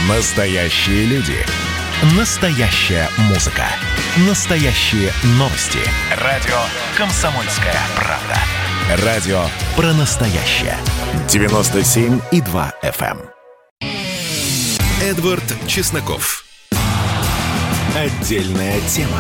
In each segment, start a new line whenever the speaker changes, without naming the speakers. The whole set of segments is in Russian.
Настоящие люди. Настоящая музыка. Настоящие новости. Радио «Комсомольская правда». Радио про настоящее. 97,2 FM. Эдвард Чесноков. Отдельная тема.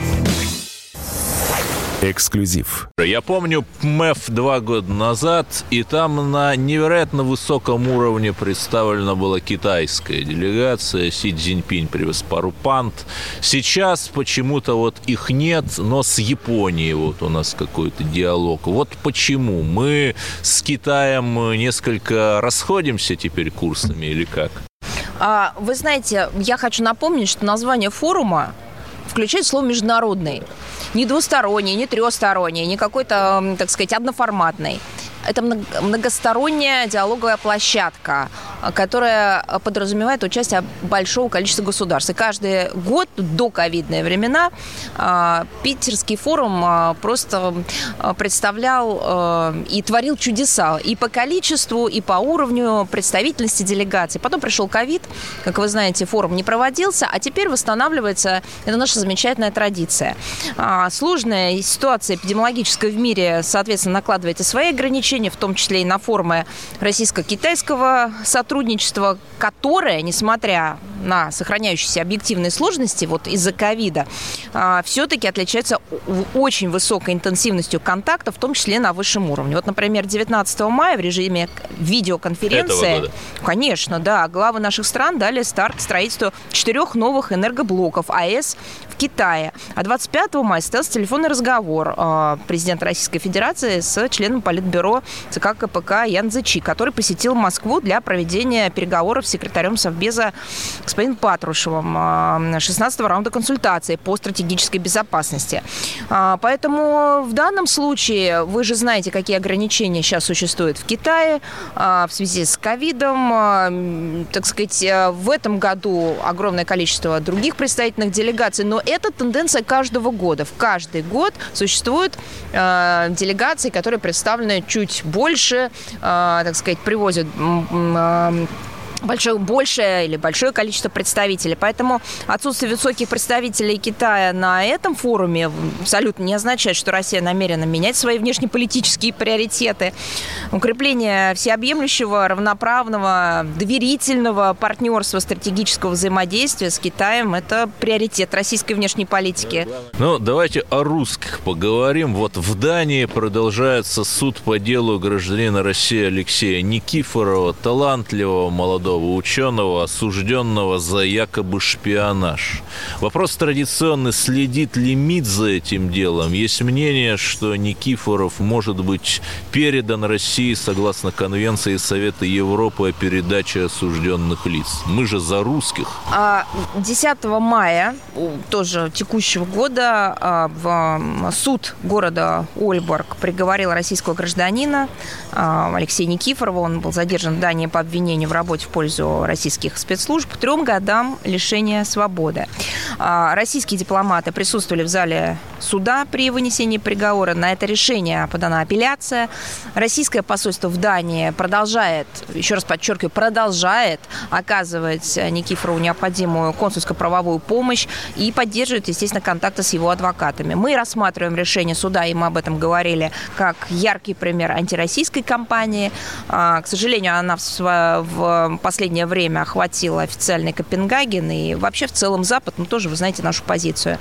Эксклюзив.
Я помню МЭФ 2 года назад, и там на невероятно высоком уровне представлена была китайская делегация. Си Цзиньпинь привез пару панд. Сейчас почему-то вот их нет, но с Японией вот у нас какой-то диалог. Вот почему? Мы с Китаем несколько расходимся теперь курсами или как?
Вы знаете, я хочу напомнить, что название форума включает слово «международный». Не двусторонний, не трехсторонний, не какой-то, так сказать, одноформатный. Это многосторонняя диалоговая площадка, которая подразумевает участие большого количества государств. И каждый год, до ковидные времена, Питерский форум просто представлял и творил чудеса и по количеству, и по уровню представительности делегаций. Потом пришел ковид, как вы знаете, форум не проводился, а теперь восстанавливается, это наша замечательная традиция. Сложная ситуация эпидемиологическая в мире, соответственно, накладывает и свои ограничения, в том числе и на формы российско-китайского сотрудничества, которое, несмотря на сохраняющиеся объективные сложности вот из-за ковида, все-таки отличается очень высокой интенсивностью контактов, в том числе на высшем уровне. Вот, например, 19 мая в режиме видеоконференции, конечно, да, главы наших стран дали старт строительству 4 новых энергоблоков АЭС в Китае. А 25 мая состоялся телефонный разговор президента Российской Федерации с членом Политбюро ЦК КПК Ян Цзечи, который посетил Москву для проведения переговоров с секретарем Совбеза господином Патрушевым 16-го раунда консультаций по стратегической безопасности. Поэтому в данном случае вы же знаете, какие ограничения сейчас существуют в Китае в связи с ковидом. Так сказать, в этом году огромное количество других представительных делегаций, но это тенденция каждого года. В каждый год существуют делегации, которые представлены чуть больше, так сказать, привозят большое количество представителей. Поэтому отсутствие высоких представителей Китая на этом форуме абсолютно не означает, что Россия намерена менять свои внешнеполитические приоритеты. Укрепление всеобъемлющего, равноправного, доверительного партнерства, стратегического взаимодействия с Китаем – это приоритет российской внешней политики.
Ну, давайте о русских поговорим. Вот в Дании продолжается суд по делу гражданина России Алексея Никифорова, талантливого молодого ученого, осужденного за якобы шпионаж. Вопрос традиционный: следит ли МИД за этим делом? Есть мнение, что Никифоров может быть передан России согласно Конвенции Совета Европы о передаче осужденных лиц. Мы же за русских.
10 мая тоже текущего года в суд города Ольборг приговорил российского гражданина Алексея Никифорова. Он был задержан в Дании по обвинению в работе в пользу российских спецслужб 3 годам лишения свободы. Российские дипломаты присутствовали в зале суда при вынесении приговора. На это решение подана апелляция. Российское посольство в Дании продолжает, еще раз подчеркиваю, продолжает оказывать Никифорову необходимую консульско-правовую помощь и поддерживает, естественно, контакты с его адвокатами. Мы рассматриваем решение суда, и мы об этом говорили, как яркий пример антироссийской кампании. К сожалению, она в последнее время охватила официальный Копенгаген и вообще в целом Запад, но тоже вы знаете нашу позицию.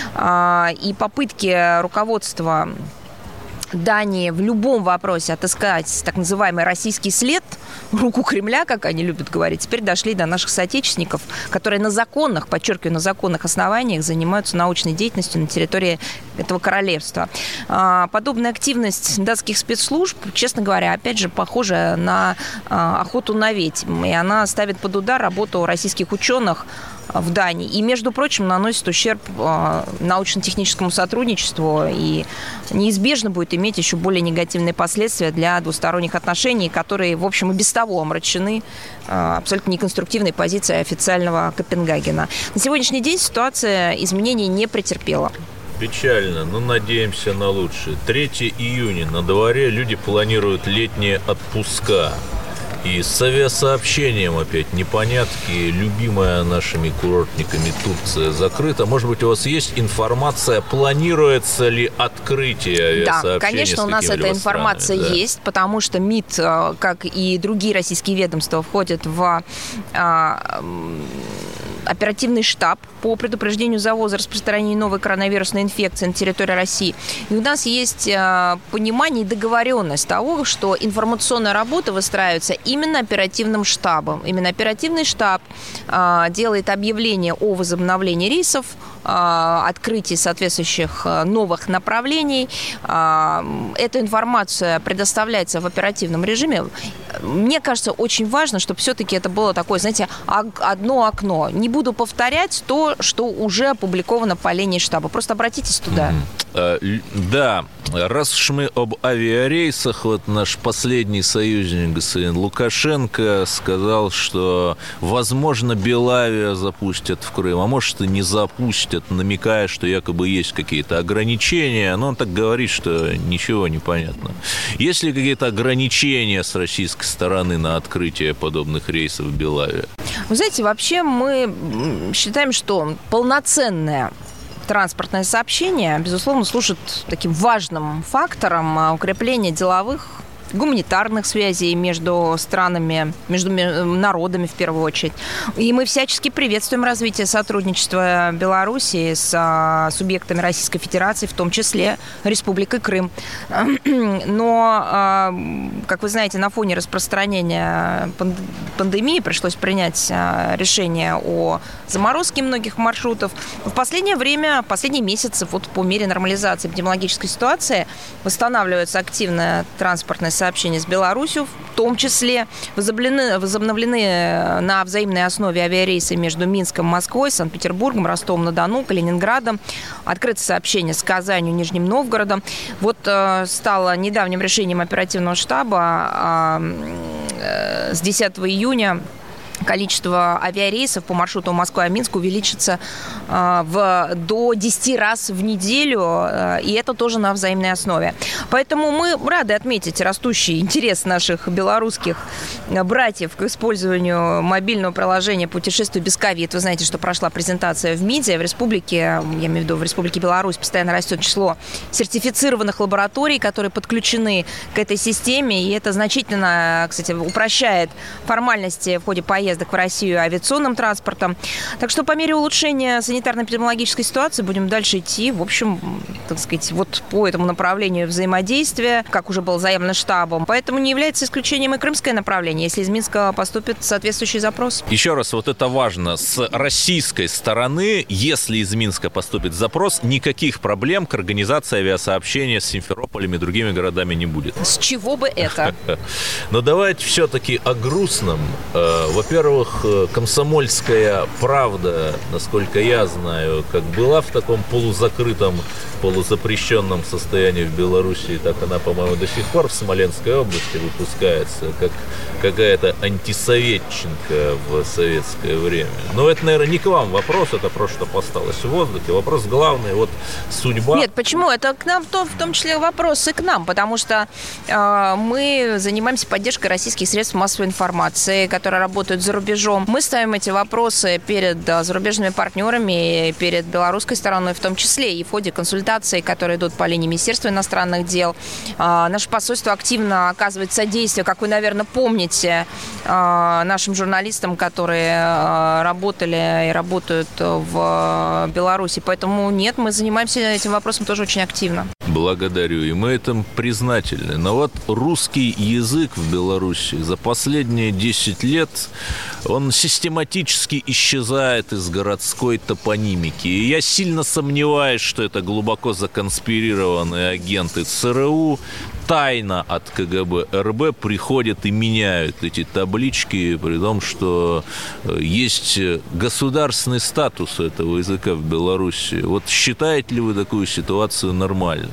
И попытки руководства Дании в любом вопросе отыскать так называемый российский след, руку Кремля, как они любят говорить, теперь дошли до наших соотечественников, которые на законных, подчеркиваю, на законных основаниях занимаются научной деятельностью на территории этого королевства. Подобная активность датских спецслужб, честно говоря, опять же, похожа на охоту на ведьм, и она ставит под удар работу российских ученых в Дании. И, между прочим, наносит ущерб научно-техническому сотрудничеству и неизбежно будет иметь еще более негативные последствия для двусторонних отношений, которые, в общем, и без того омрачены абсолютно неконструктивной позицией официального Копенгагена. На сегодняшний день ситуация изменений не претерпела.
Печально, но надеемся на лучшее. 3 июня на дворе, люди планируют летние отпуска. И с авиасообщением опять непонятки. Любимая нашими курортниками Турция закрыта. Может быть, у вас есть информация, планируется ли открытие авиасообщения?
Да, конечно, у нас эта информация есть, потому что МИД, как и другие российские ведомства, входят в оперативный штаб по предупреждению завоза и распространения новой коронавирусной инфекции на территории России. И у нас есть понимание и договоренность того, что информационная работа выстраивается именно оперативным штабом. Именно оперативный штаб делает объявление о возобновлении рейсов, открытии соответствующих новых направлений. Эта информация предоставляется в оперативном режиме. Мне кажется, очень важно, чтобы все-таки это было такое, знаете, одно окно. Не буду повторять то, что уже опубликовано по линии штаба. Просто обратитесь туда.
Да, раз уж мы об авиарейсах, вот наш последний союзник, господин Лукашенко, сказал, что, возможно, Белавиа запустят в Крым, а может, и не запустят, намекая, что якобы есть какие-то ограничения. Но он так говорит, что ничего не понятно. Есть ли какие-то ограничения с российской стороны на открытие подобных рейсов в Белавиа?
Вы знаете, вообще мы считаем, что полноценное транспортное сообщение, безусловно, служит таким важным фактором укрепления деловых, гуманитарных связей между странами, между народами в первую очередь. И мы всячески приветствуем развитие сотрудничества Белоруссии с субъектами Российской Федерации, в том числе Республикой Крым. Но, как вы знаете, на фоне распространения пандемии пришлось принять решение о заморозке многих маршрутов. В последнее время, последние месяцы, вот по мере нормализации эпидемиологической ситуации, восстанавливается активное транспортное сообщение с Беларусью, в том числе возобновлены на взаимной основе авиарейсы между Минском, Москвой, Санкт-Петербургом, Ростовом-на-Дону, Калининградом. Открыто сообщение с Казанью, Нижним Новгородом. Вот стало недавним решением оперативного штаба с 10 июня количество авиарейсов по маршруту Москва-Минск увеличится до 10 раз в неделю, и это тоже на взаимной основе. Поэтому мы рады отметить растущий интерес наших белорусских братьев к использованию мобильного приложения «Путешествие без ковид». Вы знаете, что прошла презентация в МИДе, в республике, я имею в виду в Республике Беларусь, постоянно растет число сертифицированных лабораторий, которые подключены к этой системе, и это значительно, кстати, упрощает формальности в ходе поездок в Россию авиационным транспортом. Так что по мере улучшения санитарно-эпидемиологической ситуации будем дальше идти, в общем, так сказать, вот по этому направлению взаимодействия, как уже было заявлено штабом. Поэтому не является исключением и крымское направление, если из Минска поступит соответствующий запрос.
Еще раз, вот это важно. С российской стороны, если из Минска поступит запрос, никаких проблем к организации авиасообщения с Симферополем и другими городами не будет.
С чего бы это?
Но давайте все-таки о грустном. Во-первых, «Комсомольская правда», насколько я знаю, как была в таком полузакрытом, полузапрещенном состоянии в Белоруссии, так она, по-моему, до сих пор в Смоленской области выпускается, как какая-то антисоветчинка в советское время. Но это, наверное, не к вам вопрос, это просто осталось в воздухе. Вопрос главный, вот судьба...
Нет, почему? Это к нам, в том числе вопрос и к нам, потому что мы занимаемся поддержкой российских средств массовой информации, которые работают за рубежом. Мы ставим эти вопросы перед зарубежными партнерами, перед белорусской стороной в том числе, и в ходе консультаций, которые идут по линии Министерства иностранных дел. Наше посольство активно оказывает содействие, как вы, наверное, помните, нашим журналистам, которые работали и работают в Беларуси. Поэтому нет, мы занимаемся этим вопросом тоже очень активно.
Благодарю, и мы этому признательны. Но вот русский язык в Беларуси за последние 10 лет, он систематически исчезает из городской топонимики. И я сильно сомневаюсь, что это глубоко законспирированные агенты ЦРУ тайно от КГБ РБ приходят и меняют эти таблички, при том, что есть государственный статус этого языка в Беларуси. Вот считаете ли вы такую ситуацию нормальной?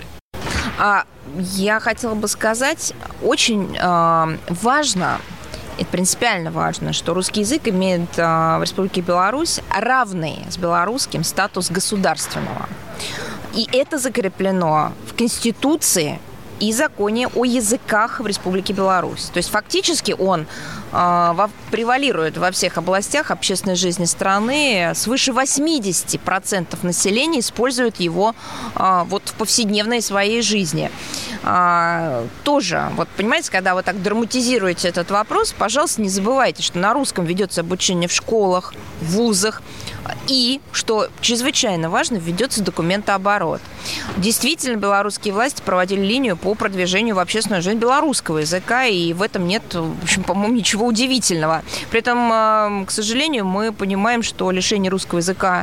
Я хотела бы сказать, очень важно, и принципиально важно, что русский язык имеет в Республике Беларусь равный с белорусским статус государственного. И это закреплено в Конституции и законе о языках в Республике Беларусь. То есть фактически он превалирует во всех областях общественной жизни страны. Свыше 80% населения используют его в повседневной своей жизни. Тоже, понимаете, когда вы так драматизируете этот вопрос, пожалуйста, не забывайте, что на русском ведется обучение в школах, в вузах, и, что чрезвычайно важно, ведется документооборот. Действительно, белорусские власти проводили линию по продвижению в общественную жизнь белорусского языка, и в этом нет, в общем, по-моему, ничего удивительного. При этом, к сожалению, мы понимаем, что лишение русского языка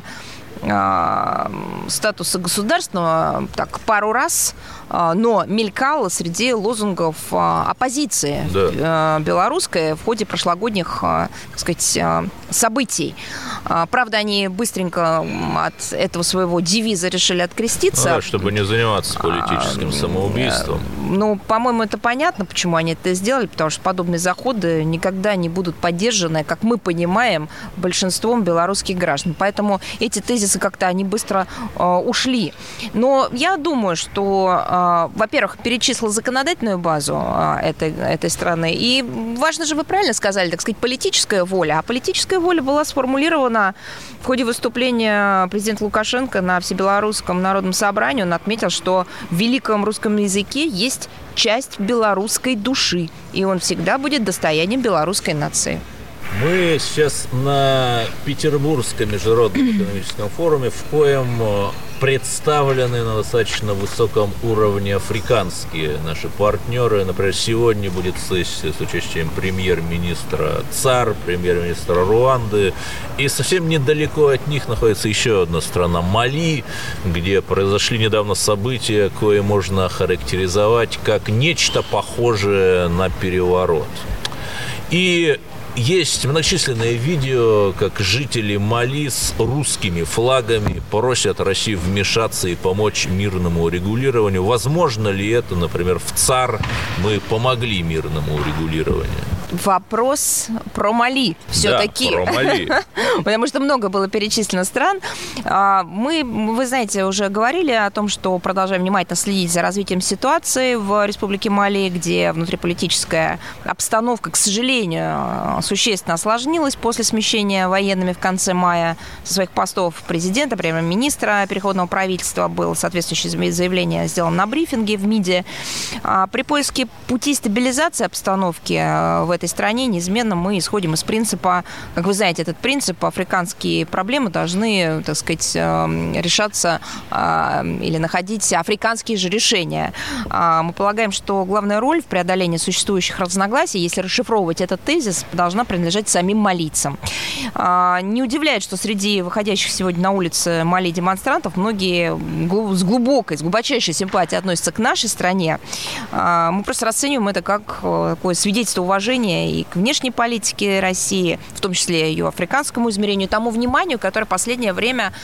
статуса государственного так пару раз, но мелькало среди лозунгов оппозиции белорусской в ходе прошлогодних, так сказать, событий. Правда, они быстренько от этого своего девиза решили откреститься.
Чтобы не заниматься политическим самоубийством.
По-моему, это понятно, почему они это сделали, потому что подобные заходы никогда не будут поддержаны, как мы понимаем, большинством белорусских граждан. Поэтому эти тезисы как-то они быстро ушли. Но я думаю, что, во-первых, перечислила законодательную базу этой страны. И важно же, вы правильно сказали, так сказать, политическая воля. А политическая воля была сформулирована в ходе выступления президента Лукашенко на Всебелорусском народном собрании. Он отметил, что в великом русском языке есть часть белорусской души, и он всегда будет достоянием белорусской нации.
Мы сейчас на Петербургском международном экономическом форуме, в коем представлены на достаточно высоком уровне африканские наши партнеры. Например, сегодня будет сессия с участием премьер-министра ЦАР, премьер-министра Руанды. И совсем недалеко от них находится еще одна страна, Мали, где произошли недавно события, кое можно охарактеризовать как нечто похожее на переворот. И есть многочисленные видео, как жители Мали с русскими флагами просят Россию вмешаться и помочь мирному урегулированию. Возможно ли это, например, в ЦАР мы помогли мирному урегулированию?
Вопрос про Мали все-таки.
Да, про Мали.
Потому что много было перечислено стран. Мы, вы знаете, уже говорили о том, что продолжаем внимательно следить за развитием ситуации в Республике Мали, где внутриполитическая обстановка, к сожалению, существенно осложнилась после смещения военными в конце мая со своих постов президента, премьер-министра переходного правительства. Было соответствующее заявление сделано на брифинге в МИДе. При поиске пути стабилизации обстановки в этой стране неизменно мы исходим из принципа, как вы знаете, этот принцип, африканские проблемы должны, так сказать, решаться или находить африканские же решения. Мы полагаем, что главная роль в преодолении существующих разногласий, если расшифровывать этот тезис, должна принадлежать самим малийцам. Не удивляет, что среди выходящих сегодня на улицы Мали демонстрантов многие с глубочайшей симпатией относятся к нашей стране. Мы просто расцениваем это как такое свидетельство уважения и к внешней политике России, в том числе ее африканскому измерению, тому вниманию, которое в последнее время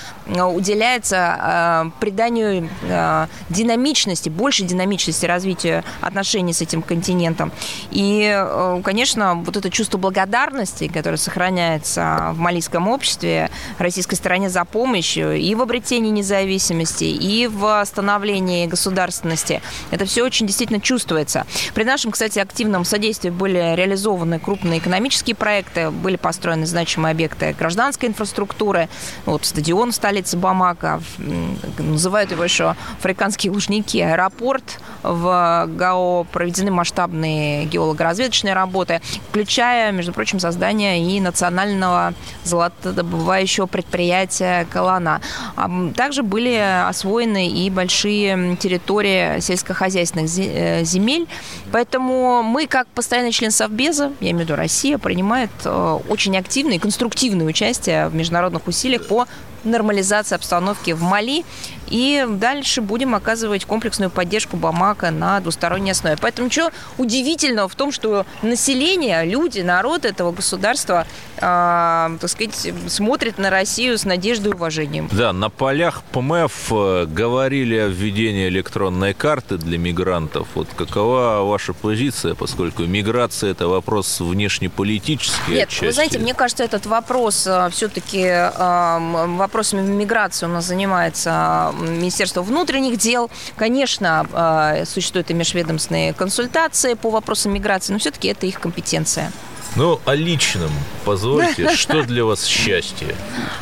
уделяется приданию динамичности, большей динамичности развития отношений с этим континентом. И, конечно, вот это чувство благодарности, которое сохраняется в малийском обществе, российской стороне за помощь и в обретении независимости, и в становлении государственности, это все очень действительно чувствуется. При нашем, кстати, активном содействии были реализованы крупные экономические проекты, были построены значимые объекты гражданской инфраструктуры. Стадион в столице Бамако, называют его еще африканские лужники, аэропорт в Гао, проведены масштабные геолого-разведочные работы, включая, между прочим, создание и национального золотодобывающего предприятия «Колана». Также были освоены и большие территории сельскохозяйственных земель. Поэтому мы, как постоянный член Совбеза, я имею в виду Россия, принимает очень активное и конструктивное участие в международных усилиях по нормализации обстановки в Мали. И дальше будем оказывать комплексную поддержку Бамако на двусторонней основе. Поэтому ничего удивительного в том, что население, люди, народ этого государства, так сказать, смотрят на Россию с надеждой и уважением.
Да, на полях ПМФ говорили о введении электронной карты для мигрантов. Какова ваша позиция, поскольку миграция – это вопрос внешнеполитический?
Нет, отчасти. Вы знаете, мне кажется, этот вопрос все-таки вопрос вопросами миграции у нас занимается Министерство внутренних дел. Конечно, существуют и межведомственные консультации по вопросам миграции, но все-таки это их компетенция.
Ну, о личном позвольте, что для вас счастье?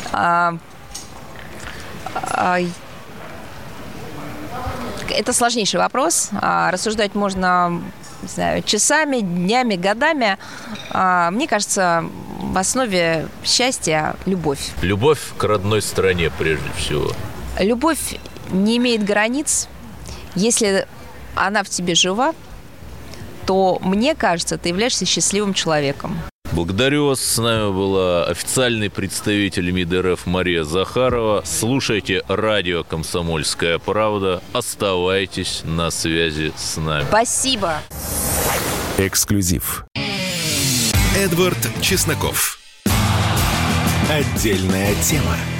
Это сложнейший вопрос. Рассуждать можно, не знаю, часами, днями, годами. Мне кажется, в основе счастья любовь.
Любовь к родной стране, прежде всего.
Любовь не имеет границ. Если она в тебе жива, то, мне кажется, ты являешься счастливым человеком.
Благодарю вас. С нами была официальный представитель МИД РФ Мария Захарова. Слушайте радио «Комсомольская правда». Оставайтесь на связи с нами.
Спасибо.
Эксклюзив. Эдвард Чесноков. Отдельная тема.